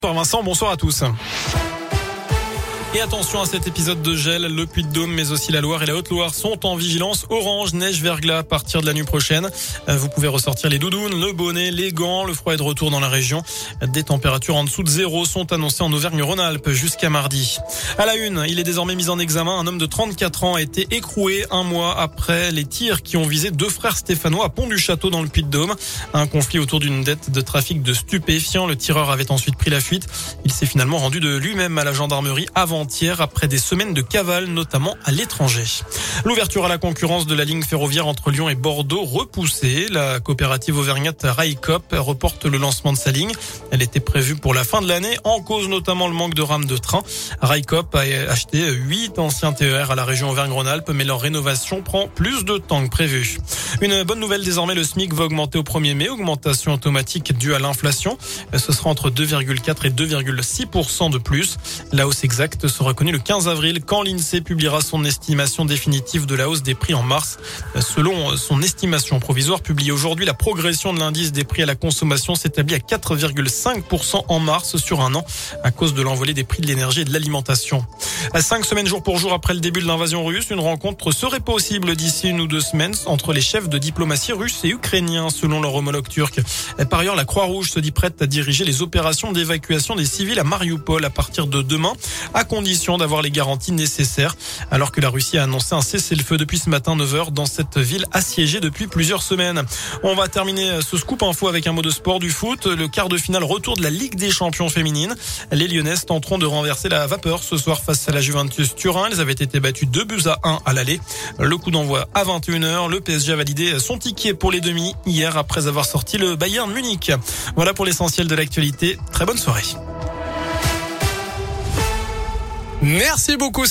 Bonsoir Vincent, bonsoir à tous. Et attention à cet épisode de gel, le Puy-de-Dôme mais aussi la Loire et la Haute-Loire sont en vigilance orange, neige, verglas à partir de la nuit prochaine. Vous pouvez ressortir les doudounes, le bonnet, les gants, le froid est de retour dans la région. Des températures en dessous de zéro sont annoncées en Auvergne-Rhône-Alpes jusqu'à mardi. À la une, il est désormais mis en examen. Un homme de 34 ans a été écroué un mois après les tirs qui ont visé deux frères stéphanois à Pont-du-Château dans le Puy-de-Dôme. Un conflit autour d'une dette de trafic de stupéfiants. Le tireur avait ensuite pris la fuite. Il s'est finalement rendu de lui-même à la gendarmerie avant-hier après des semaines de cavale, notamment à l'étranger. L'ouverture à la concurrence de la ligne ferroviaire entre Lyon et Bordeaux repoussée. La coopérative auvergnate Railcoop reporte le lancement de sa ligne. Elle était prévue pour la fin de l'année, en cause notamment le manque de rames de train. Railcoop a acheté 8 anciens TER à la région Auvergne-Rhône-Alpes, mais leur rénovation prend plus de temps que prévu. Une bonne nouvelle désormais, le SMIC va augmenter au 1er mai, augmentation automatique due à l'inflation. Ce sera entre 2,4 et 2,6% de plus. La hausse exacte sera connue le 15 avril quand l'INSEE publiera son estimation définitive de la hausse des prix en mars. Selon son estimation provisoire publiée aujourd'hui, la progression de l'indice des prix à la consommation s'établit à 4,5% en mars sur un an à cause de l'envolée des prix de l'énergie et de l'alimentation. À 5 semaines jour pour jour après le début de l'invasion russe, une rencontre serait possible d'ici 1 ou 2 semaines entre les chefs de diplomatie russes et ukrainiens selon leur homologue turc. Par ailleurs, la Croix-Rouge se dit prête à diriger les opérations d'évacuation des civils à Mariupol à partir de demain, à condition d'avoir les garanties nécessaires, alors que la Russie a annoncé un cessez-le-feu depuis ce matin 9h dans cette ville assiégée depuis plusieurs semaines. On va terminer ce scoop info avec un mot de sport, du foot. Le quart de finale retour de la Ligue des champions féminines. Les Lyonnaises tenteront de renverser la vapeur ce soir face à la Juventus Turin. Elles avaient été battues 2-1 à l'aller. Le coup d'envoi à 21h. Le PSG a validé son ticket pour les demi hier après avoir sorti le Bayern Munich. Voilà pour l'essentiel de l'actualité. Très bonne soirée. Merci beaucoup.